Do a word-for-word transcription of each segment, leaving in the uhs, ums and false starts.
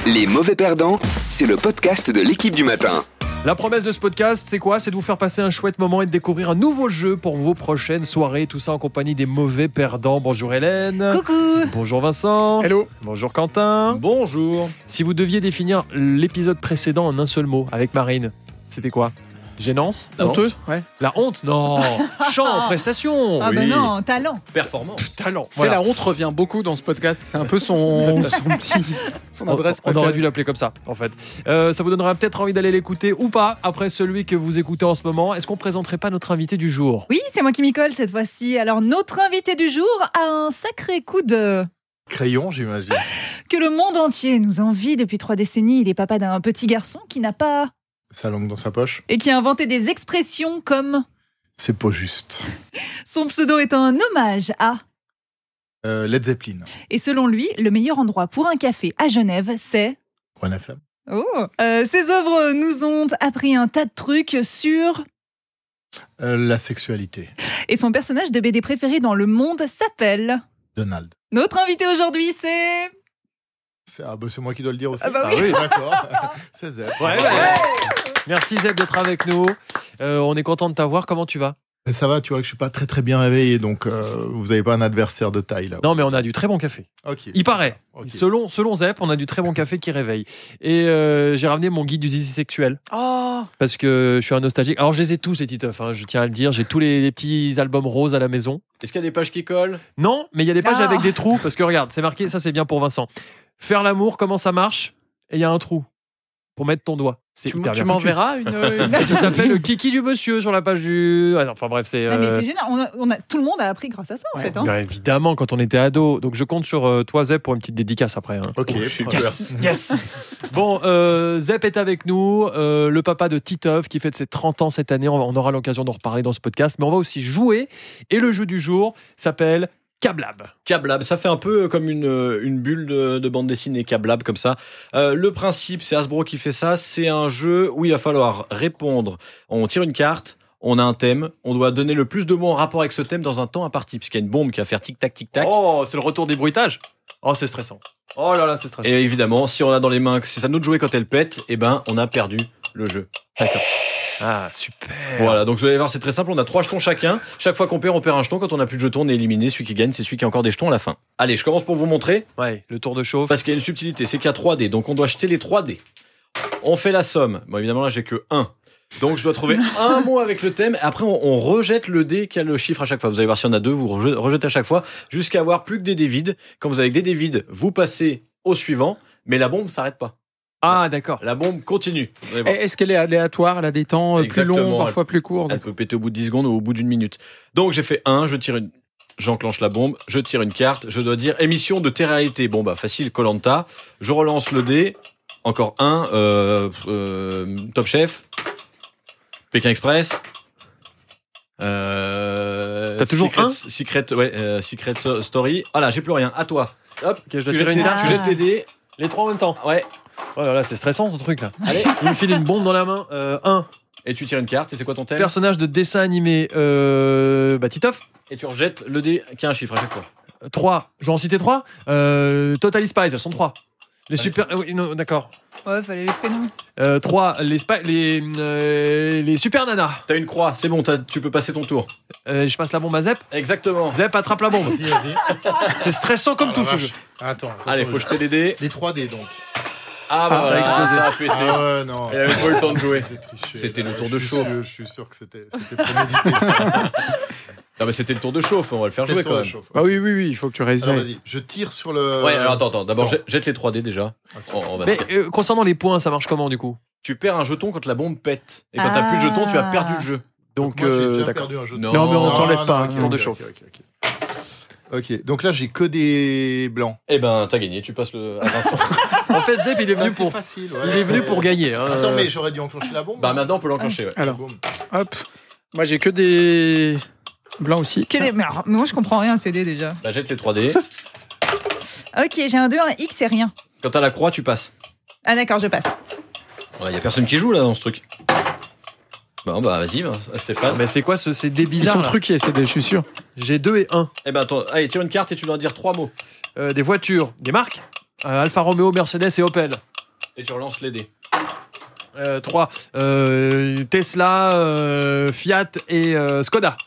Les mauvais perdants, c'est le podcast de l'équipe du matin. La promesse de ce podcast, c'est quoi ? C'est de vous faire passer un chouette moment et de découvrir un nouveau jeu pour vos prochaines soirées. Tout ça en compagnie des mauvais perdants. Bonjour Hélène. Coucou. Bonjour Vincent. Hello. Bonjour Quentin. Bonjour. Si vous deviez définir l'épisode précédent en un seul mot avec Marine, c'était quoi ? Gênance ? Honteux ? Ouais. La honte ? Non. Chant, prestation. Ah Oui. bah non, talent. Performance. Talent. Tu sais, Voilà. la honte revient beaucoup dans ce podcast. C'est un peu son, son petit, son On, adresse on aurait préférée. dû l'appeler comme ça, en fait. Euh, ça vous donnera peut-être envie d'aller l'écouter ou pas, après celui que vous écoutez en ce moment. Est-ce qu'on présenterait pas notre invité du jour ? Oui, c'est moi qui m'y colle cette fois-ci. Alors, notre invité du jour a un sacré coup de... Crayon, j'imagine. que le monde entier nous envie depuis trois décennies. Il est papa d'un petit garçon qui n'a pas... Sa langue dans sa poche. et qui a inventé des expressions comme... C'est pas juste. Son pseudo est un hommage à... Euh, Led Zeppelin. Et selon lui, le meilleur endroit pour un café à Genève, c'est... One F M. Oh euh, Ses œuvres nous ont appris un tas de trucs sur... Euh, la sexualité. Et son personnage de B D préféré dans le monde s'appelle... Donald. Notre invité aujourd'hui, c'est... C'est, ah bah c'est moi qui dois le dire aussi. Ah bah Ah oui, d'accord. C'est Zep. Ouais, ouais. Merci Zeb d'être avec nous. Euh, on est content de t'avoir. Comment tu vas ? Mais ça va, tu vois que je suis pas très très bien réveillé, donc euh, vous avez pas un adversaire de taille là. Non, mais on a du très bon café. Ok. Il paraît. Ok. Selon, selon Zep, on a du très bon café qui réveille. Et euh, j'ai ramené mon guide du zizi sexuel. Oh. Parce que je suis un nostalgique. Alors, je les ai tous, ces titeufs, hein, je tiens à le dire. J'ai tous les, les petits albums roses à la maison. Est-ce qu'il y a des pages qui collent ? Non, mais il y a des pages Ah. avec des trous. Parce que regarde, c'est marqué, ça c'est bien pour Vincent. Faire l'amour, comment ça marche ? Et il y a un trou pour mettre ton doigt. C'est Tu, hyper tu bien foutu. m'enverras une. une- Ça s'appelle le kiki du monsieur sur la page du. Ah non, enfin bref, c'est. Ah, mais euh, c'est génial. On a, on a- tout le monde a appris grâce à ça, en Ouais. fait. Hein. Bien évidemment, quand on était ado. Donc je compte sur euh, toi, Zep, pour une petite dédicace après. hein. Ok. je suis super. yes. Yes. Bon, euh, Zep est avec nous, euh, le papa de Titeuf qui fête ses trente ans cette année. On, va- on aura l'occasion d'en reparler dans ce podcast, mais on va aussi jouer. Et le jeu du jour s'appelle Cablab. Cablab, ça fait un peu comme une, une bulle de, de bande dessinée, Cablab, comme ça. Euh, le principe, c'est Hasbro qui fait ça, c'est un jeu où il va falloir répondre. On tire une carte, on a un thème, on doit donner le plus de mots en rapport avec ce thème dans un temps imparti, puisqu'il y a une bombe qui va faire tic-tac, tic-tac. Oh, c'est le retour des bruitages. Oh, c'est stressant. Oh là là, c'est stressant. Et évidemment, si on a dans les mains, si ça nous de jouer quand elle pète, eh ben, on a perdu le jeu. D'accord. Ah, super. Voilà, donc vous allez voir, c'est très simple, on a trois jetons chacun. Chaque fois qu'on perd, on perd un jeton. Quand on n'a plus de jetons, on est éliminé. Celui qui gagne, c'est celui qui a encore des jetons à la fin. Allez, je commence pour vous montrer. Ouais, le tour de chauffe. Parce qu'il y a une subtilité, c'est qu'il y a trois dés, donc on doit jeter les trois dés. On fait la somme. Bon, évidemment, là, j'ai que un. Donc, je dois trouver un mot avec le thème. Après, on, on rejette le dé qui a le chiffre à chaque fois. Vous allez voir, s'il y en a deux, vous reje- rejetez à chaque fois, jusqu'à avoir plus que des dés vides. Quand vous avez des dés vides, vous passez au suivant, mais la bombe ne s'arrête pas. Ah, d'accord. La bombe continue. Vous allez voir. Est-ce qu'elle est aléatoire ? Elle a des temps euh, plus Exactement. longs, parfois plus courts. Elle peut péter au bout de dix secondes ou au bout d'une minute. Donc, j'ai fait un, je tire une... J'enclenche la bombe, je tire une carte, je dois dire émission de télé-réalité. Bon, bah, facile, Koh-Lanta. Je relance le dé. Encore un, euh, euh, Top Chef. Pékin Express. Euh, T'as toujours Secret, un Secret, ouais, euh, Secret So- Story. Voilà, j'ai plus rien. À toi. Hop, Ok, je dois tu tirer jettes une les- carte. Tu jettes tes dés. Les trois en même temps. Ouais. Oh là là, c'est stressant ton truc là. Allez. Il me file une bombe dans la main. Euh, un. Et tu tires une carte. Et c'est quoi ton thème? Personnage de dessin animé. Euh, bah, Titeuf. Et tu rejettes le dé qui a un chiffre à chaque fois. trois. Je vais en citer trois. Euh, Totally Spies, elles sont trois. Les Allez. super. euh, oui, non, d'accord. Ouais, fallait les prénoms. Euh, trois. Les, spi- les, euh, les super nanas. T'as une croix. C'est bon, t'as- tu peux passer ton tour. Euh, je passe la bombe à Zep. Exactement. Zep attrape la bombe. Vas-y, vas-y. C'est stressant comme Ah, tout la ce vache. jeu. Attends. attends, Allez, attends, faut jeter les dés. Les trois dés donc. Ah bah Ah, voilà, ça a explosé. ça a pété. Ah ouais, non. Elle avait pas eu le temps de jouer. C'est triché, C'était là. le tour Je de suis chauffe. sûr- Je suis sûr que c'était c'était prémédité. Non mais c'était le tour de chauffe, on va le faire C'est jouer le tour quand de même. chauffe. Bah oui, oui, oui, il faut que tu Alors réessayes. vas-y, je tire sur le. Ouais, alors attends, attends. D'abord, Non. jette- jette les trois dés déjà. Ok. On, on va Mais se- euh, concernant les points, ça marche comment du coup? Tu perds un jeton quand la bombe pète. Et quand t'as Ah. plus de jetons, tu as perdu le jeu. Donc, Moi, j'ai euh, déjà d'accord. perdu un jeu. Non. Non, mais on Non, t'enlève pas. ok, hein. tour ok, de ok, chauffe. ok, ok. Ok, donc là j'ai que des blancs. Eh ben, t'as gagné, tu passes le à Vincent. En fait, Zep, il est Ça, venu c'est pour, facile. ouais. il est venu pour gagner. hein. Attends, mais j'aurais dû enclencher la bombe. Bah maintenant, on peut l'enclencher, ouais. Alors, Boum. hop. Moi, j'ai que des blancs aussi. Quel est- mais alors, moi, je comprends rien à C D déjà. Bah jette les trois dés. Ok, j'ai un deux, un X et rien. Quand t'as la croix, tu passes. Ah d'accord, je passe. Il y a personne qui joue là dans ce truc. Bon bah vas-y, Vin- Stéphane. Mais c'est quoi ce, ces dés Ils bizarres sont là truqués, c'est des, je suis sûr. J'ai deux et un. Eh ben attends, allez, tire une carte et tu dois dire trois mots. Euh, des voitures, des marques. Euh, Alfa Romeo, Mercedes et Opel. Et tu relances les dés. Euh, trois. Euh, Tesla, euh, Fiat et euh, Skoda.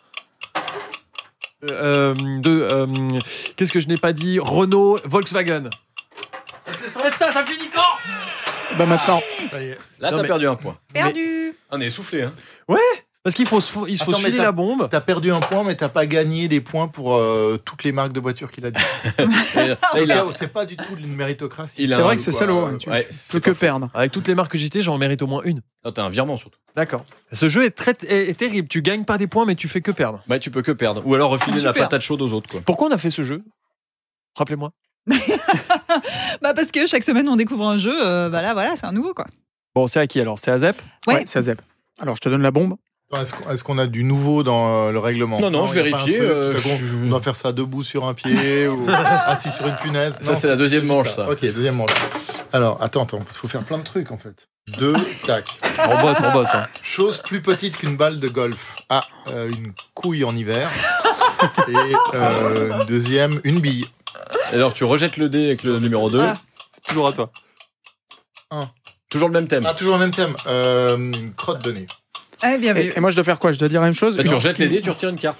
Euh, deux. Euh, qu'est-ce que je n'ai pas dit? Renault, Volkswagen. C'est ça, ça finit quand? Bah maintenant. Ça y est. Là, Non, t'as mais- perdu un point. Perdu. On est essoufflé, hein. Parce qu'il faut, se fou- il faut Attends, se mais filer t'as- la bombe. T'as perdu un point, mais t'as pas gagné des points pour euh, toutes les marques de voitures qu'il a dit. Et là, il a- Donc, C'est pas du tout une méritocratie. Il a C'est un- vrai que c'est quoi. salaud. hein, Tu Ouais, peux c'est que pas faux. perdre. Avec toutes les marques que j'étais, j'en mérite au moins une. Non, t'as un virement surtout. D'accord. Ce jeu est, très, est, est terrible. Tu gagnes pas des points, mais tu fais que perdre. Ouais, tu peux que perdre. Ou alors refiler Ah, la super. patate chaude aux autres, quoi. Pourquoi on a fait ce jeu? Rappelez-moi. Bah parce que chaque semaine on découvre un jeu, euh, bah là voilà, c'est un nouveau quoi. Bon, c'est à qui alors? C'est à Zep? Ouais. Ouais, c'est Zep. Alors, je te donne la bombe. Est-ce qu'on est-ce qu'on a du nouveau dans euh, le règlement? Non, non, je y a pas un vérifiais, truc, euh, tout à coup, je- On doit faire ça debout sur un pied ou assis sur une punaise. Ça, Non, c'est la deuxième juste manche, ça. Ok, deuxième manche. Alors, attends, attends, il faut faire plein de trucs en fait. Deux, tac. On bosse, on bosse. Hein. Chose plus petite qu'une balle de golf. Ah, euh, une couille en hiver. Et euh, une deuxième, une bille. Et alors, tu rejettes le dé avec le numéro deux. Ah. C'est toujours à toi. Toujours le même thème. Ah, toujours le même thème. Euh, une crotte de nez. Ah, bien vu. Et, et moi, je dois faire quoi? Je dois dire la même chose? Bah, tu Une- rejettes les dés, tu retires une carte.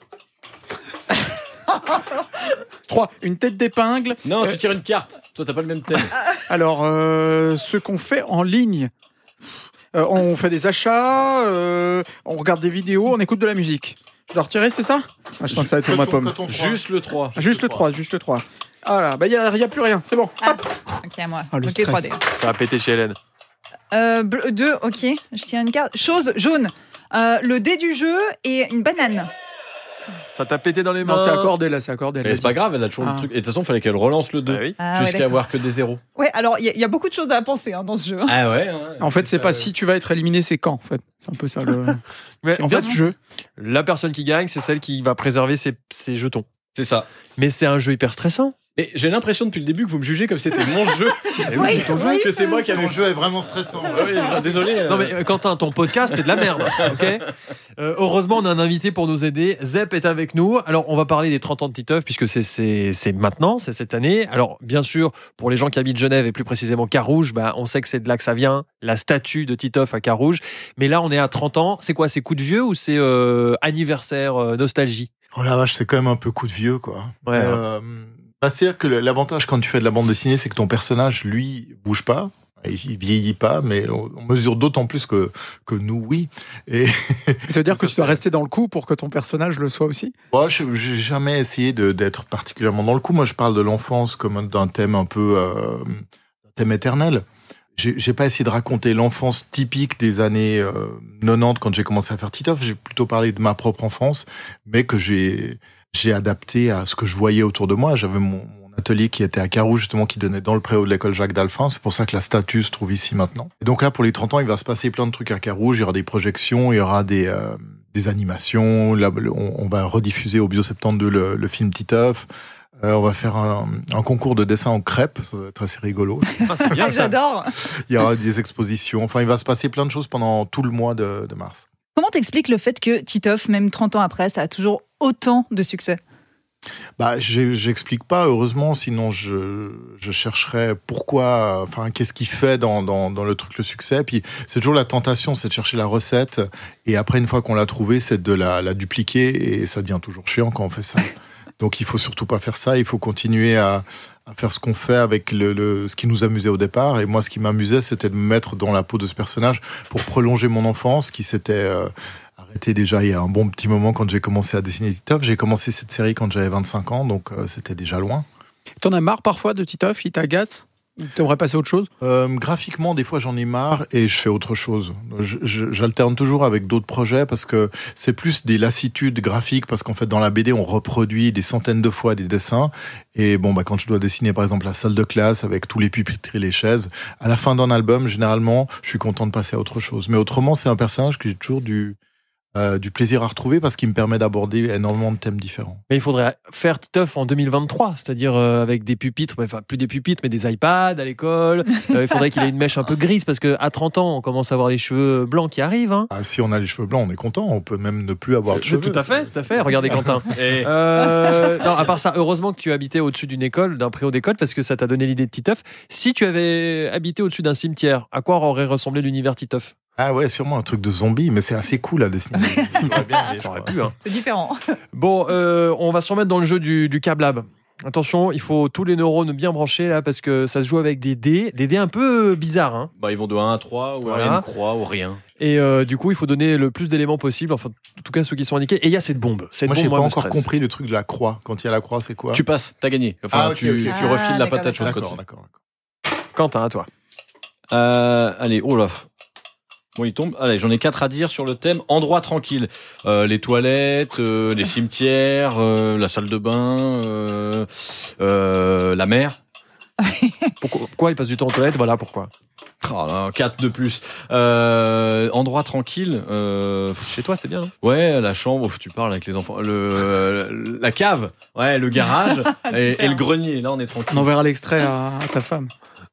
Trois. Une tête d'épingle. Non, Euh, tu tires une carte. Toi, t'as pas le même thème. Alors, euh, ce qu'on fait en ligne. Euh, on fait des achats, euh, on regarde des vidéos, on écoute de la musique. Je dois retirer, c'est ça? Ah, je sens que ça va être pour ma Coton- pomme. coton trois. Juste le trois. Ah, juste le trois, juste le trois. Ah là, bah il n'y a, y a plus rien, c'est bon. Ah, ok, à moi. Ah, le ok, stress. trois D. Ça a pété chez Hélène. Euh, bleu- deux, ok. Je tiens une carte. Chose jaune. Euh, le dé du jeu et une banane. Ça t'a pété dans les mains. Non, c'est accordé là, c'est accordé. Mais c'est pas grave, elle a toujours Ah. le truc. Et de toute façon, il fallait qu'elle relance le Bah deux. oui. Ah, ouais, Jusqu'à d'accord. avoir que des zéros. Ouais, alors il y, a- il y a beaucoup de choses à penser hein, dans ce jeu. hein. Ah ouais, ouais. En fait, c'est Euh, pas si tu vas être éliminé, c'est quand, en fait. C'est un peu ça le. Mais J'aime en bien fait, ce jeu. la personne qui gagne, c'est celle qui va préserver ses, ses jetons. C'est ça. Mais c'est un jeu hyper stressant. Et j'ai l'impression depuis le début que vous me jugez comme si c'était mon jeu. Eh Oui, c'est ton jeu. oui. Que c'est moi qui avais. Ton jeu est vraiment stressant. Ah oui, ah, désolé. euh. Non mais euh, Quentin, ton podcast c'est de la merde, ok. Euh, heureusement on a un invité pour nous aider. Zep est avec nous. Alors on va parler des trente ans de Titeuf puisque c'est c'est c'est maintenant, c'est cette année. Alors bien sûr pour les gens qui habitent Genève et plus précisément Carouge, bah on sait que c'est de là que ça vient, la statue de Titeuf à Carouge. Mais là on est à trente ans. C'est quoi, c'est coup de vieux ou c'est euh, anniversaire euh, nostalgie? Oh la vache, c'est quand même un peu coup de vieux, quoi. Ouais. Euh, bah, c'est-à-dire que le- l'avantage quand tu fais de la bande dessinée, c'est que ton personnage, lui, bouge pas. Il il vieillit pas, mais on on mesure d'autant plus que, que nous, oui. Et Ça veut dire que Ça, tu dois c'est- rester dans le coup pour que ton personnage le soit aussi. moi, je j'ai jamais essayé de- d'être particulièrement dans le coup. Moi, je parle de l'enfance comme un- d'un thème un peu, euh, un thème éternel. J'ai j'ai pas essayé de raconter l'enfance typique des années euh, quatre-vingt-dix quand j'ai commencé à faire Titeuf. J'ai plutôt parlé de ma propre enfance, mais que j'ai j'ai adapté à ce que je voyais autour de moi. J'avais mon, mon atelier qui était à Carouge, justement, qui donnait dans le préau de l'école Jacques Dalphin. C'est pour ça que la statue se trouve ici maintenant. Et donc là, pour les trente ans, il va se passer plein de trucs à Carouge. Il y aura des projections, il y aura des, euh, des animations. Là, on, on va rediffuser au Bio septante-deux le, le film Titeuf. Euh, on va faire un, un concours de dessin en crêpes. Ça va être assez rigolo. Ah, c'est bien ça. J'adore. Il y aura des expositions. Enfin, il va se passer plein de choses pendant tout le mois de, de mars. Comment t'expliques le fait que Titeuf, même trente ans après, ça a toujours autant de succès? Bah, j'ai- j'explique pas, heureusement, sinon je, je chercherais pourquoi, enfin, qu'est-ce qui fait dans, dans, dans le truc le succès. Puis c'est toujours la tentation, c'est de chercher la recette. Et après, une fois qu'on l'a trouvée, c'est de la, la dupliquer. Et ça devient toujours chiant quand on fait ça. Donc il faut surtout pas faire ça. Il faut continuer à, à faire ce qu'on fait avec le, le, ce qui nous amusait au départ. Et moi, ce qui m'amusait, c'était de me mettre dans la peau de ce personnage pour prolonger mon enfance, qui s'était euh, arrêtée déjà il y a un bon petit moment quand j'ai commencé à dessiner Titeuf. J'ai commencé cette série quand j'avais vingt-cinq ans, donc euh, c'était déjà loin. T'en as marre parfois de Titeuf, il t'agace? Ou t'aimerais passer à autre chose? Euh, graphiquement, des fois, j'en ai marre et je fais autre chose. Je- je- J'alterne toujours avec d'autres projets parce que c'est plus des lassitudes graphiques parce qu'en fait, dans la B D, on reproduit des centaines de fois des dessins. Et bon, bah, quand je dois dessiner, par exemple, la salle de classe avec tous les pupitres et les chaises, à la fin d'un album, généralement, je suis content de passer à autre chose. Mais autrement, c'est un personnage que j'ai toujours du, euh, du plaisir à retrouver parce qu'il me permet d'aborder énormément de thèmes différents. Mais il faudrait faire Titeuf en deux mille vingt-trois, c'est-à-dire euh, avec des pupitres, enfin plus des pupitres, mais des iPads à l'école. Euh, il faudrait qu'il ait une mèche un peu grise parce qu'à trente ans, on commence à avoir les cheveux blancs qui arrivent. Hein. Ah, si on a les cheveux blancs, on est content. On peut même ne plus avoir de cheveux. Tout à fait, c'est- tout à fait. Regardez Quentin. Et Euh, non, à part ça, heureusement que tu habitais au-dessus d'une école, d'un préau d'école, parce que ça t'a donné l'idée de Titeuf. Si tu avais habité au-dessus d'un cimetière, à quoi aurait ressemblé l'univers Titeuf? Ah ouais, sûrement un truc de zombie, mais c'est assez cool à dessiner. J'aurais bien aimé, Ça aurait je pu, hein. C'est différent. Bon, euh, on va se remettre dans le jeu du, du câblab. Attention, il faut tous les neurones bien branchés là, parce que ça se joue avec des dés, des dés un peu bizarres. Hein. bah, ils vont de un à trois, ou Voilà. alors il y a une croix, ou rien. Et euh, du coup, il faut donner le plus d'éléments possible, enfin, en tout cas ceux qui sont indiqués. Et il y a cette bombe. Cette Moi, bombe, j'ai pas me encore stresse. compris le truc de la croix. Quand il y a la croix, c'est quoi Tu passes, t'as gagné. Enfin, Ah, ok, tu, ok. tu Ah, refiles la d'accord, patate chaude. D'accord, quand tu- d'accord. Quentin, à toi. Euh, allez, oh là. Bon, il tombe. Allez, j'en ai quatre à dire sur le thème endroit tranquille. Euh, les toilettes, euh, les cimetières, euh, la salle de bain, euh, euh, la mer. Pourquoi, pourquoi il passe du temps aux toilettes? Voilà pourquoi. Oh là, quatre de plus. Euh, endroit tranquille. Euh, Chez toi, c'est bien. hein ouais, la chambre. Ouf, tu parles avec les enfants. Le, euh, la cave. Ouais, le garage et, Super. et le grenier. Là, on est tranquille. On enverra l'extrait à, à ta femme.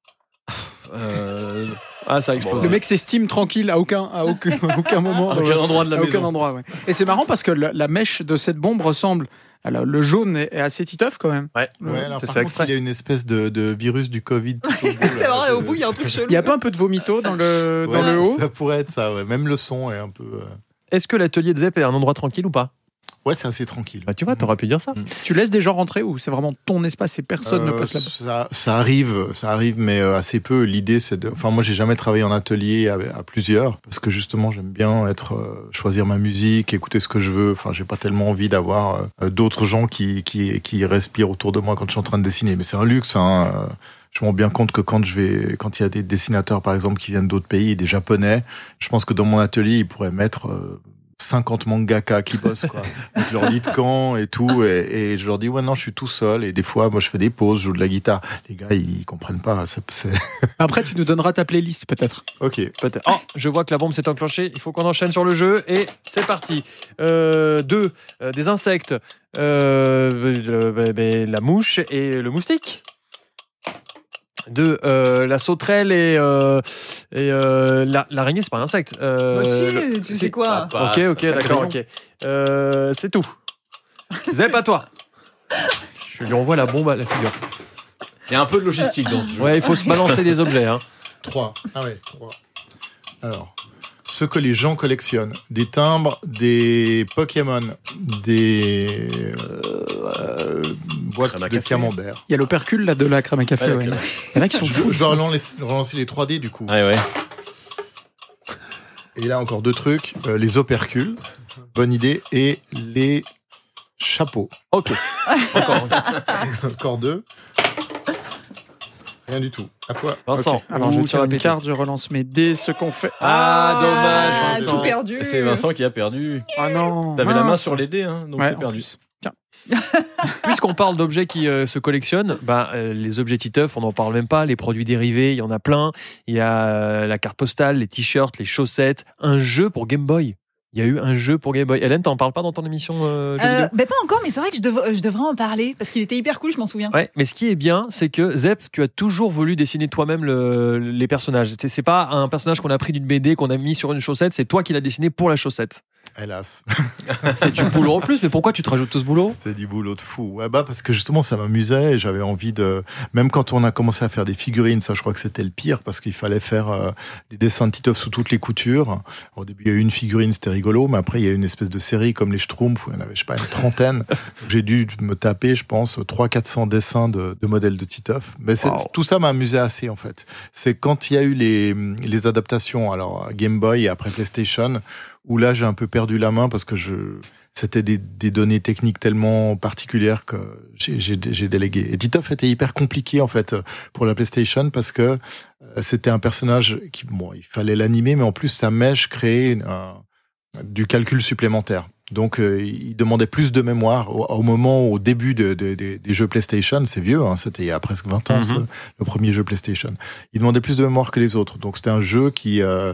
Euh, Ah, ça explose. Le mec s'estime tranquille à aucun, à aucun, à aucun moment. à dans aucun le- endroit de la à aucun maison. endroit, ouais. Et c'est marrant parce que la, la mèche de cette bombe ressemble. Alors, le jaune est, est assez titeuf quand même. Ouais. Ouais, alors, C'est par fait contre, exprès. il y a une espèce de, de virus du Covid. tout au bout, C'est là. vrai, Je- au bout, il y a un truc chelou. Il y a pas un peu de vomito dans le, Ouais, dans le haut. ça pourrait être ça, ouais. Même le son est un peu. euh, Est-ce que l'atelier de Zep est un endroit tranquille ou pas? Ouais, c'est assez tranquille. Bah, tu vois, t'aurais pu dire ça. Tu laisses des gens rentrer ou c'est vraiment ton espace et personne ne Euh, passe là-bas? ça, ça arrive, ça arrive, mais euh, assez peu. L'idée, c'est de. Enfin, moi, j'ai jamais travaillé en atelier à, à plusieurs parce que justement, j'aime bien être euh, choisir ma musique, écouter ce que je veux. Enfin, j'ai pas tellement envie d'avoir euh, d'autres gens qui, qui qui respirent autour de moi quand je suis en train de dessiner. Mais c'est un luxe. Hein. euh, Je me rends bien compte que quand je vais, quand il y a des dessinateurs, par exemple, qui viennent d'autres pays, des Japonais, je pense que dans mon atelier, ils pourraient mettre euh, cinquante mangaka qui bossent, quoi, avec leur lit de camp et tout, et, et je leur dis ouais non, je suis tout seul, et des fois, moi, je fais des pauses, je joue de la guitare. Les gars, ils comprennent pas. C'est, c'est... Après, tu nous donneras ta playlist peut-être. Ok. Peut-être. Oh, je vois que la bombe s'est enclenchée. Il faut qu'on enchaîne sur le jeu et c'est parti. Euh, deux, euh, des insectes, euh, le- bah, bah, la mouche et le moustique. Deux, euh, la sauterelle et, euh, et euh, la, l'araignée, c'est pas un insecte. Euh, Bah si, le- tu sais quoi. Ah, Ok, ok, d'accord, ok. Euh, c'est tout. Zep, à toi. Je lui envoie la bombe à la figure. Il y a un peu de logistique dans ce jeu. Ouais, il faut se balancer des objets. Hein. Trois. Ah ouais, trois. Alors, ce que les gens collectionnent, des timbres, des Pokémon, des euh, boîtes Crème à de café. camembert. Il y a l'opercule là de la crème à café. Ouais, ouais. ok. Il y en a qui sont Je, fous. je dois relancer, relancer les trois D du coup. Ouais, ouais. Et là encore deux trucs, euh, les opercules, bonne idée, et les chapeaux. Ok. Encore. Encore deux. Rien du tout. À toi. Vincent. Ok. Alors, Ouh, je ça tire va une péter. carte, je relance mes dés, ce qu'on fait. Ah, Ah, dommage, Vincent. tout perdu. C'est Vincent qui a perdu. Ah non. T'avais la main mince. sur les dés, hein, donc Ouais, c'est en perdu. plus. Tiens. Puisqu'on parle d'objets qui euh, se collectionnent, bah, euh, les objets Titeuf, on n'en parle même pas. Les produits dérivés, il y en a plein. Il y a euh, la carte postale, les t-shirts, les chaussettes, un jeu pour Game Boy. Il y a eu un jeu pour Game Boy. Hélène, t'en parles pas dans ton émission euh, jeux Euh, vidéo ben pas encore, mais c'est vrai que je, dev- je devrais en parler parce qu'il était hyper cool, je m'en souviens. Ouais, mais ce qui est bien, c'est que Zep, tu as toujours voulu dessiner toi-même le- les personnages. C'est, c'est pas un personnage qu'on a pris d'une B D, qu'on a mis sur une chaussette, c'est toi qui l'as dessiné pour la chaussette. Hélas. C'est du boulot en plus, mais pourquoi tu te rajoutes tout ce boulot? C'était du boulot de fou. Ouais, bah, parce que justement, ça m'amusait et j'avais envie de. Même quand on a commencé à faire des figurines, ça, je crois que c'était le pire parce qu'il fallait faire euh, des dessins de Titeuf sous toutes les coutures. Au début, il y a eu une figurine, c'était rigolo, mais après, il y a eu une espèce de série comme les Schtroumpfs où il y en avait, je sais pas, une trentaine. Donc, j'ai dû me taper, je pense, trois cents quatre cents dessins de, de modèles de Titeuf. Mais c'est, Wow. tout ça m'a amusé assez, en fait. C'est quand il y a eu les, les adaptations, alors Game Boy et après PlayStation, où là, j'ai un peu perdu la main parce que je. C'était des, des données techniques tellement particulières que j'ai, j'ai, j'ai délégué. Et Titeuf était hyper compliqué en fait pour la PlayStation parce que euh, c'était un personnage qui, bon, il fallait l'animer, mais en plus sa mèche créait un, du calcul supplémentaire. Donc euh, il demandait plus de mémoire au, au moment, au début de, de, de, des jeux PlayStation. C'est vieux, hein, c'était il y a presque vingt ans, Mhm. ce- le premier jeu PlayStation. Il demandait plus de mémoire que les autres. Donc c'était un jeu qui euh,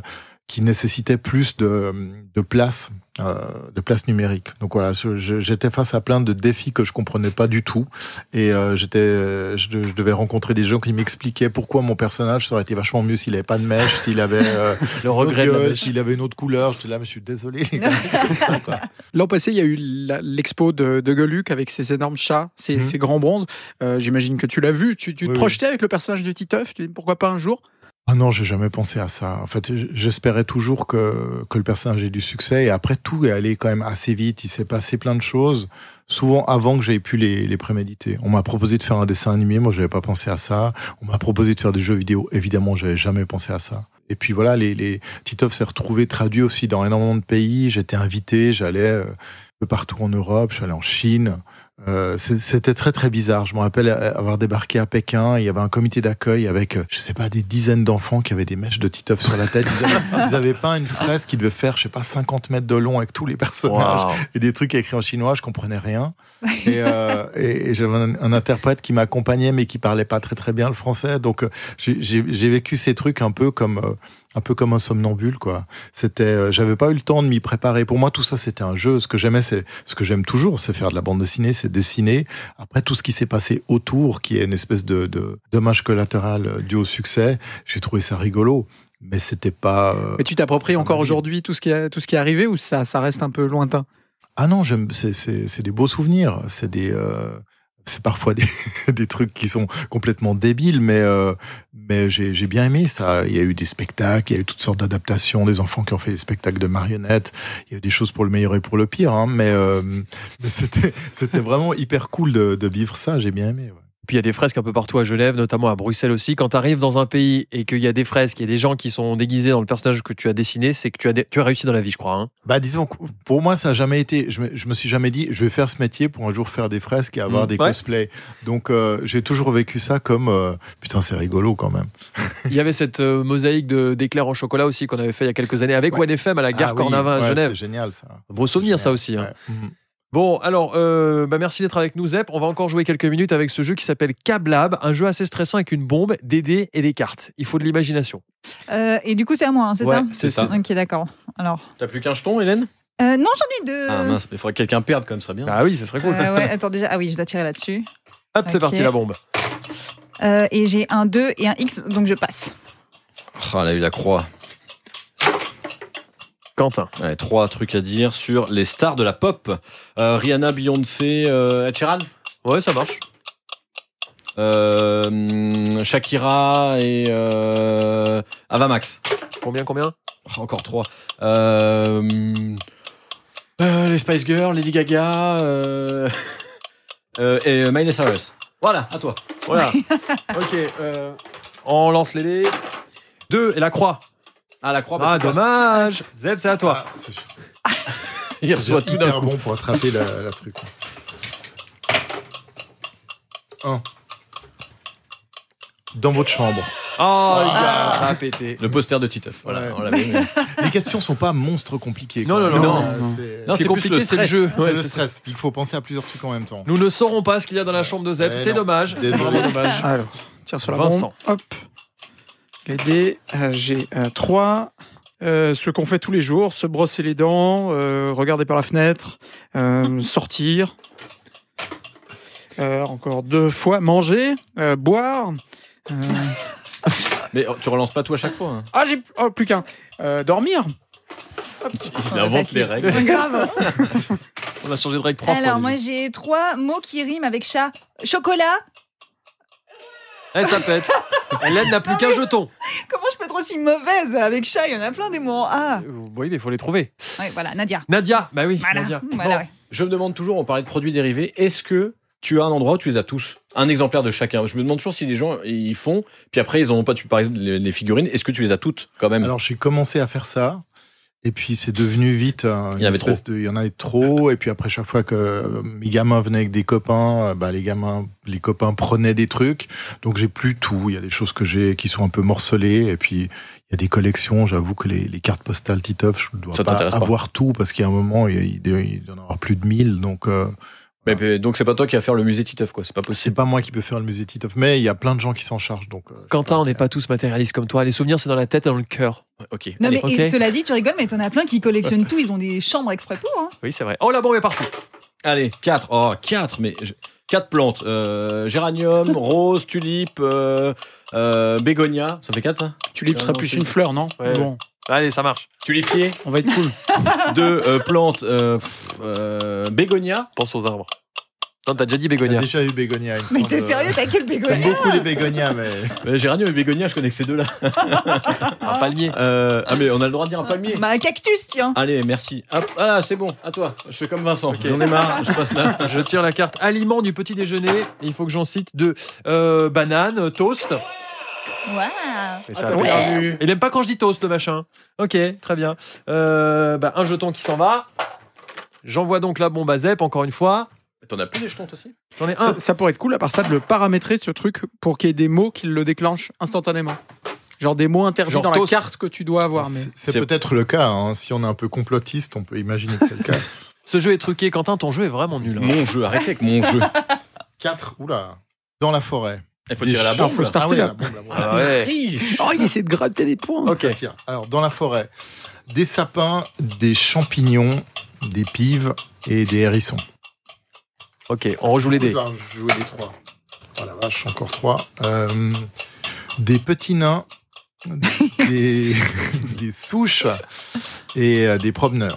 qui nécessitait plus de, de place, euh, de place numérique. Donc voilà, je, j'étais face à plein de défis que je comprenais pas du tout, et euh, j'étais, je, je devais rencontrer des gens qui m'expliquaient pourquoi mon personnage ça aurait été vachement mieux s'il avait pas de mèche, s'il avait euh, Le regret de la gueule, mèche. s'il avait une autre couleur. J'étais là, mais je suis désolé. Les gars, c'est ça, quoi. L'an passé, il y a eu la- l'expo de, de Geluc avec ses énormes chats, ses, Mhm. ses grands bronzes. Euh, j'imagine que tu l'as vu. Tu, tu te Oui, oui. projetais avec le personnage de Titeuf. Tu dis pourquoi pas un jour? Ah non, j'ai jamais pensé à ça. En fait, j'espérais toujours que, que le personnage ait du succès. Et après, tout est allé quand même assez vite. Il s'est passé plein de choses, souvent avant que j'aie pu les, les préméditer. On m'a proposé de faire un dessin animé. Moi, j'avais pas pensé à ça. On m'a proposé de faire des jeux vidéo. Évidemment, j'avais jamais pensé à ça. Et puis voilà, les, les Titeuf s'est retrouvé traduit aussi dans énormément de pays. J'étais invité, j'allais euh, un peu partout en Europe. Je suis allé en Chine. Euh, c'est- c'était très très bizarre. Je me rappelle avoir débarqué à Pékin. Il y avait un comité d'accueil avec, euh, je sais pas, des dizaines d'enfants qui avaient des mèches de Titeuf sur la tête. Ils avaient, ils avaient peint une fresque qui devait faire, je sais pas, cinquante mètres de long avec tous les personnages Waouh. et des trucs écrits en chinois. Je comprenais rien. Et, euh, et, et j'avais un, un interprète qui m'accompagnait mais qui parlait pas très très bien le français. Donc euh, j'ai, j'ai j'ai vécu ces trucs un peu comme euh, un peu comme un somnambule, quoi. C'était, euh, j'avais pas eu le temps de m'y préparer. Pour moi, tout ça, c'était un jeu. Ce que j'aimais, c'est ce que j'aime toujours, c'est faire de la bande dessinée, c'est dessiner. Après, tout ce qui s'est passé autour, qui est une espèce de, de dommage collatéral euh, dû au succès, j'ai trouvé ça rigolo. Mais c'était pas. euh, Mais tu t'appropries c'est pas encore ma vie. aujourd'hui tout ce qui est, tout ce qui est arrivé ou ça, ça reste un peu lointain? Ah non, j'aime, c'est, c'est, c'est des beaux souvenirs. C'est des, euh, c'est parfois des, des trucs qui sont complètement débiles, mais, euh, mais j'ai, j'ai bien aimé ça. Il y a eu des spectacles, il y a eu toutes sortes d'adaptations, des enfants qui ont fait des spectacles de marionnettes. Il y a eu des choses pour le meilleur et pour le pire, hein, mais, euh, mais c'était, c'était vraiment hyper cool de, de vivre ça. J'ai bien aimé. Ouais. Puis il y a des fresques un peu partout à Genève, notamment à Bruxelles aussi. Quand tu arrives dans un pays et qu'il y a des fresques, il y a des gens qui sont déguisés dans le personnage que tu as dessiné, c'est que tu as, dé- tu as réussi dans la vie, je crois. Hein. Bah disons que pour moi ça a jamais été. Je me, je me suis jamais dit je vais faire ce métier pour un jour faire des fresques et avoir Mmh. des Ouais. cosplays. Donc euh, j'ai toujours vécu ça comme euh, putain c'est rigolo quand même. Il y avait cette euh, mosaïque de, d'éclairs en chocolat aussi qu'on avait fait il y a quelques années avec Ouais. O N F M à la gare Ah oui, Cornavin à ouais, Genève. C'était génial ça. Beau souvenir ça aussi. Hein. Ouais. Mhm. Bon, alors, euh, bah merci d'être avec nous, Zep. On va encore jouer quelques minutes avec ce jeu qui s'appelle Cablab, un jeu assez stressant avec une bombe, des dés et des cartes. Il faut de l'imagination. Euh, et du coup, c'est à moi, hein, c'est Ouais, ça c'est ça. Ok, d'accord. Alors, T'as plus qu'un jeton, Hélène euh, non, j'en ai deux. Ah mince, mais il faudrait que quelqu'un perde comme ça, bien. Ah oui, ce serait cool. Euh, ouais, attends déjà. Ah oui, je dois tirer là-dessus. Hop, c'est ok. parti la bombe. Euh, et j'ai un deux et un X, donc je passe. Ah, elle a eu la croix. Quentin. Ouais, trois trucs à dire sur les stars de la pop. Euh, Rihanna, Beyoncé, euh, Ed Sheeran, Ouais, ça marche. euh, Shakira et euh, Ava Max. Combien, combien Oh, encore trois. Euh, euh, les Spice Girls, Lady Gaga euh, euh, et euh, Miley Cyrus. Voilà, à toi. Voilà. Ok, euh, on lance les dés. Deux et la croix. Ah, la croix. bah, Ah, tu passes. dommage. Zep, c'est à toi. Ah, c'est Il reçoit tout d'un hyper coup. bon pour attraper la, la truc. Un. Dans votre chambre. Oh, les gars, ça a pété. Le poster de Titeuf. Voilà, Ouais. on l'avait mis. Les questions sont pas monstres compliquées. Non, quoi. non, non, non, Euh, non. c'est- Non, C'est c'est plus compliqué, le c'est le stress. jeu. c'est Ouais, le c'est ça. stress. Il faut penser à plusieurs trucs en même temps. Nous ne saurons pas ce qu'il y a dans la chambre de Zep. Eh C'est non. dommage. C'est Désolé. vraiment dommage. Alors, tire sur la Vincent. bombe. Hop. Les dés, euh, j'ai euh, trois. Euh, ce qu'on fait tous les jours, se brosser les dents, euh, regarder par la fenêtre, euh, sortir. Euh, encore deux fois, manger, euh, boire. Euh, Mais oh, tu relances pas tout à chaque fois. Hein. Ah, j'ai oh, plus qu'un. Euh, dormir. Il invente les règles. Grave. On a changé de règle trois fois. Alors, moi, déjà. j'ai trois mots qui riment avec chat. Chocolat. Eh, ça pète. Hélène n'a plus qu'un jeton. Comment je peux être aussi mauvaise avec chat? Il y en a plein des mots en A. Euh, Oui, mais il faut les trouver. Ouais, voilà, Nadia. Nadia, bah oui, Voilà. Nadia. Voilà, Bon. ouais. Je me demande toujours, on parlait de produits dérivés, est-ce que tu as un endroit où tu les as tous? Un exemplaire de chacun. Je me demande toujours si les gens ils font, puis après ils en ont pas. Tu, par exemple, les, les figurines, est-ce que tu les as toutes quand même? Alors j'ai commencé à faire ça. Et puis c'est devenu vite un, Il y en avait espèce de, il y en avait trop. Et puis après chaque fois que euh, mes gamins venaient avec des copains, euh, bah les gamins, les copains prenaient des trucs. Donc j'ai plus tout. Il y a des choses que j'ai qui sont un peu morcelées. Et puis il y a des collections. J'avoue que les, les cartes postales Titeuf, je dois Ça pas t'intéresse pas. avoir tout parce qu'il y a un moment il, il, il doit y en avoir plus de mille. Donc euh, Mais, mais donc c'est pas toi qui vas faire le musée Titeuf, quoi. C'est pas C'est possible. pas moi qui peux faire le musée Titeuf, mais il y a plein de gens qui s'en chargent. Donc, euh, Quentin, on n'est pas tous matérialistes comme toi. Les souvenirs, c'est dans la tête et dans le cœur. Ok. Non, Allez. mais et ok. cela dit, tu rigoles, mais t'en as plein qui collectionnent tout. Ils ont des chambres exprès pour. Hein. Oui, c'est vrai. Oh, la bombe est partie. Allez, quatre. Oh, quatre, mais je- quatre plantes. Euh, géranium, rose, tulipe, euh, euh, bégonia. Ça fait quatre, ça Tulipe Ah, serait non, plus c'est- une fleur, non? Ouais, Bon, Allez, ça marche. Tulipier. on va être cool. Deux euh, plantes. Euh, pff, euh, bégonia. Pense aux arbres. Non, t'as déjà dit Il y a bégonia. déjà eu bégonia. il me Mais semble. t'es sérieux, t'as quel J'aime bégonia? beaucoup les bégonias, mais Euh, géranium et bégonia, je connais que ces deux-là. Un palmier. Euh, ah, mais on a le droit de dire un palmier. Bah, un cactus, tiens. Allez, merci. Hop, ah, c'est bon. À toi. Je fais comme Vincent. J'en ai marre. Je passe là. Je tire la carte aliments du petit déjeuner. Il faut que j'en cite deux. Euh, banane, toast. Waouh. Et ça, Ah, t'as ouais. perdu. Il aime pas quand je dis toast, le machin. Ok, très bien. Euh, bah, un jeton qui s'en va. J'envoie donc la bombe à Zep, encore une fois. T'en as plus des jetons, toi aussi? J'en ai Ça, un. ça pourrait être cool, à part ça, de le paramétrer, ce truc, pour qu'il y ait des mots qui le déclenchent instantanément. Genre des mots interdits Genre dans toast. la carte que tu dois avoir. Mais... c'est- c'est C'est- peut-être le cas. hein. Si on est un peu complotiste, on peut imaginer que c'est le cas. Ce jeu est truqué. Quentin, ton jeu est vraiment nul. hein. Mon jeu. Arrêtez avec mon jeu. Quatre, oula, dans la forêt. Il faut Des tirer la champs- bombe. faut là. starter, Ah oui, là. la bombe, la bombe. Ah ouais. Riche. Oh, il essaie de gratter des points. Ok. Ça tire. Alors, dans la forêt, des sapins, des champignons, des pives et des hérissons. Ok, on rejoue les dés. Je vais jouer les trois. Oh la vache, encore trois. Euh, des petits nains, des, des souches et euh, des promeneurs.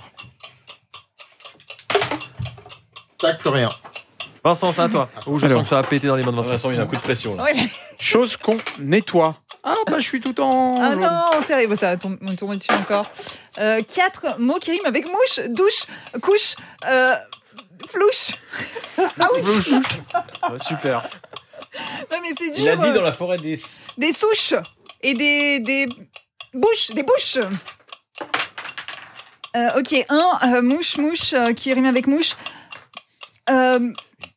Tac, plus rien. Vincent, c'est à toi. Ou je Alors. sens que ça va péter dans les mains de Vincent. Vincent, il a un coup de pression là. Ouais. Chose qu'on nettoie. Ah, bah, je suis tout en. Ah jaune. non, sérieux, bon, ça va tom- me tomber dessus encore. Euh, quatre mots qui riment avec mouche, douche, couche, euh, flouche. Ah oui, Ouais, super. non, mais c'est dur. Il a dit euh, dans la forêt des. Des souches et des, des bouches, des bouches. Euh, ok, un, euh, mouche, mouche, euh, qui rime avec mouche. Euh,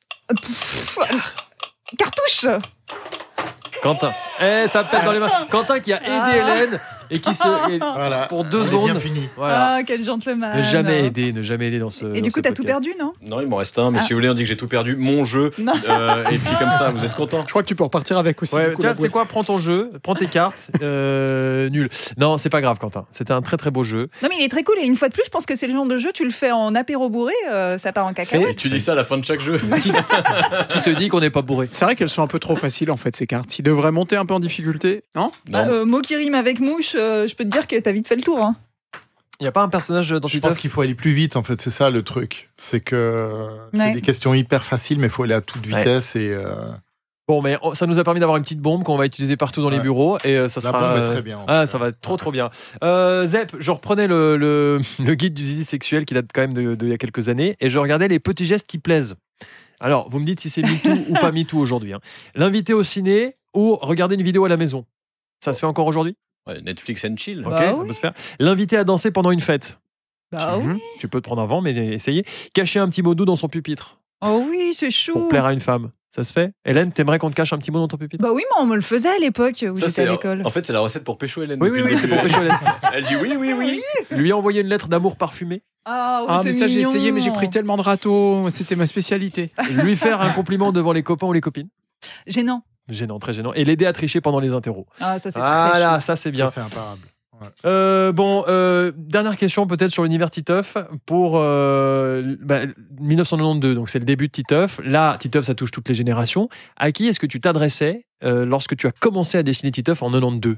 pff, cartouche. Quentin. Eh, ça pète dans les mains. Quentin qui a aidé Ah. Hélène et qui se. et- Voilà. Pour deux On est secondes. bien fini. Voilà. Ah, quel gentleman. Ne jamais aider, ne jamais aider dans ce. Et dans du coup, ce t'as tout podcast. perdu, non? Non, il m'en reste un, mais Ah. si vous voulez, on dit que j'ai tout perdu. Mon jeu. Non. Euh, et puis comme ça, vous êtes content. Je crois que tu peux repartir avec aussi. Ouais, du coup, tiens, la tu sais boîte. quoi, prends ton jeu, prends tes cartes. Euh, nul. Non, c'est pas grave, Quentin. C'était un très très beau jeu. Non, mais il est très cool. Et une fois de plus, je pense que c'est le genre de jeu, tu le fais en apéro bourré, euh, ça part en Et cacahuète. tu dis ça à la fin de chaque jeu. Qui te dit qu'on n'est pas bourré? C'est vrai qu'elles sont un peu trop faciles en fait ces cartes. Ils devraient monter un peu en difficulté, non? Non. Ah, euh, mot qui rime avec mouche, euh, je peux te dire que t'as vite fait le tour. Hein. Il n'y a pas un personnage dans Je Titeuf pense qu'il faut aller plus vite, en fait. C'est ça le truc. C'est que c'est Ouais. des questions hyper faciles, mais il faut aller à toute vitesse. Et euh, Bon, mais oh, ça nous a permis d'avoir une petite bombe qu'on va utiliser partout dans les Ouais. bureaux et euh, ça la sera. bombe est euh, très bien. en Ah, fait. ça va être trop trop bien. Euh, Zep, je reprenais le, le, le guide du zizi sexuel qui date quand même de, de il y a quelques années et je regardais les petits gestes qui plaisent. Alors, vous me dites si c'est MeToo ou pas MeToo aujourd'hui. hein. L'inviter au ciné ou regarder une vidéo à la maison. Ça se fait encore aujourd'hui? Ouais, Netflix and chill. Ok, Bah ça oui. peut se faire. L'inviter à danser pendant une fête. Bah oui. Mhm. Tu peux te prendre un vent, mais essayez. Cacher un petit mot doux dans son pupitre Oh oui, c'est chou. pour plaire à une femme. Ça se fait? Hélène, t'aimerais qu'on te cache un petit mot dans ton pupitre? Bah oui, mais on me le faisait à l'époque où Ça, j'étais c'est, à l'école. en fait, c'est la recette pour pécho Hélène. Oui, oui, depuis oui, le c'est pour début. pécho Hélène. Elle dit oui, oui, oui. Lui envoyer une lettre d'amour parfumée. Ah, oui, Ah c'est mais ça j'ai mignon. essayé mais j'ai pris tellement de râteaux, c'était ma spécialité. Lui faire un compliment devant les copains ou les copines. Gênant. Gênant, très gênant. Et l'aider à tricher pendant les interros. Ah, ça c'est très Voilà, chou. ça c'est bien. Ça, c'est imparable. Euh, bon, euh, dernière question peut-être sur l'univers Titeuf. Pour euh, bah, mille neuf cent quatre-vingt-douze, donc c'est le début de Titeuf. Là, Titeuf, ça touche toutes les générations. À qui est-ce que tu t'adressais euh, lorsque tu as commencé à dessiner Titeuf en quatre-vingt-douze?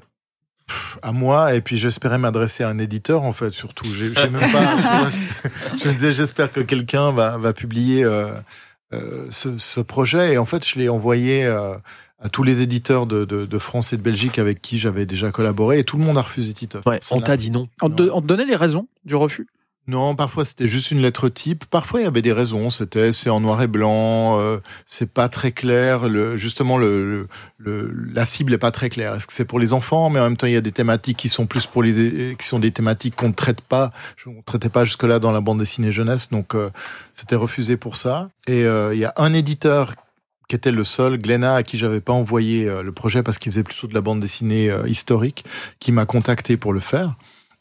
À moi, et puis j'espérais m'adresser à un éditeur, en fait, surtout. J'ai, j'ai même pas, je, je me disais, j'espère que quelqu'un va, va publier euh, euh, ce, ce projet. Et en fait, je l'ai envoyé euh, à tous les éditeurs de, de, de France et de Belgique avec qui j'avais déjà collaboré, et tout le monde a refusé Titeuf. Ouais, Ça on n'a- t'a dit non. On te, on te donnait les raisons du refus? Non, parfois c'était juste une lettre type. Parfois il y avait des raisons. C'était c'est en noir et blanc. Euh, c'est pas très clair. Le, justement, le, le, la cible est pas très claire. Est-ce que c'est pour les enfants? Mais en même temps, il y a des thématiques qui sont plus pour les, qui sont des thématiques qu'on ne traite pas. On ne traitait pas jusque là dans la bande dessinée jeunesse. Donc euh, c'était refusé pour ça. Et euh, il y a un éditeur qui était le seul, Glénat, à qui j'avais pas envoyé euh, le projet parce qu'il faisait plutôt de la bande dessinée euh, historique, qui m'a contacté pour le faire.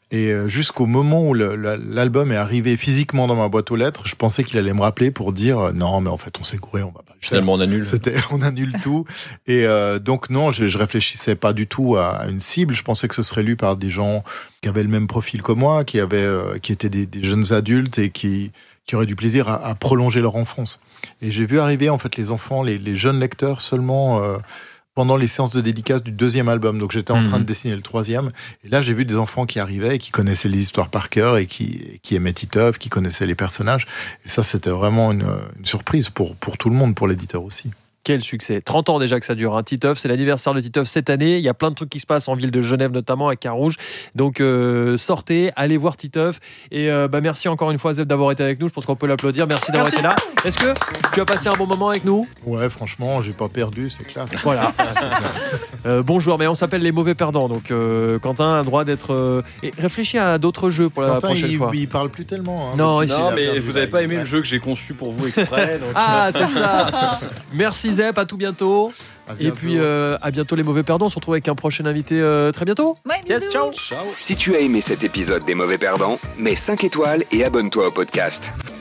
Et euh, jusqu'au moment où le, la, l'album est arrivé physiquement dans ma boîte aux lettres, je pensais qu'il allait me rappeler pour dire euh, non, mais en fait, on s'est gouré, on va pas le faire. Finalement, on annule. C'était, on annule tout. Et euh, donc non, je, je réfléchissais pas du tout à, à une cible. Je pensais que ce serait lu par des gens qui avaient le même profil que moi, qui avaient, euh, qui étaient des, des jeunes adultes et qui, qui auraient du plaisir à, à prolonger leur enfance. Et j'ai vu arriver en fait les enfants, les, les jeunes lecteurs seulement. Euh, pendant les séances de dédicace du deuxième album. Donc j'étais en train de dessiner le troisième. Et là, j'ai vu des enfants qui arrivaient et qui connaissaient les histoires par cœur et qui, qui aimaient Titeuf, qui connaissaient les personnages. Et ça, c'était vraiment une, une surprise pour, pour tout le monde, pour l'éditeur aussi. Quel succès. trente ans déjà que ça dure. Hein. Titeuf, c'est l'anniversaire de Titeuf cette année. Il y a plein de trucs qui se passent en ville de Genève, notamment à Carouge. Donc, euh, sortez, allez voir Titeuf. Et euh, bah, merci encore une fois, Zep, d'avoir été avec nous. Je pense qu'on peut l'applaudir. Merci d'avoir Merci. été là. Est-ce que tu as passé un bon moment avec nous ? Ouais, franchement, j'ai pas perdu, c'est clair. Voilà. euh, bon joueur, mais on s'appelle les mauvais perdants. Donc, euh, Quentin a le droit d'être. Euh... Et réfléchis à d'autres jeux pour la Quentin, prochaine il, fois. il parle plus tellement. Hein, Non, il- Non, a mais perdu, vous là, avez pas il- aimé le jeu que j'ai conçu pour vous exprès. donc- Ah, c'est ça. Merci Zep, à tout bientôt. À Et bientôt. puis, euh, à bientôt les mauvais perdants. On se retrouve avec un prochain invité euh, très bientôt. Ouais, Yes, bisous. ciao. Si tu as aimé cet épisode des Mauvais Perdants, mets cinq étoiles et abonne-toi au podcast.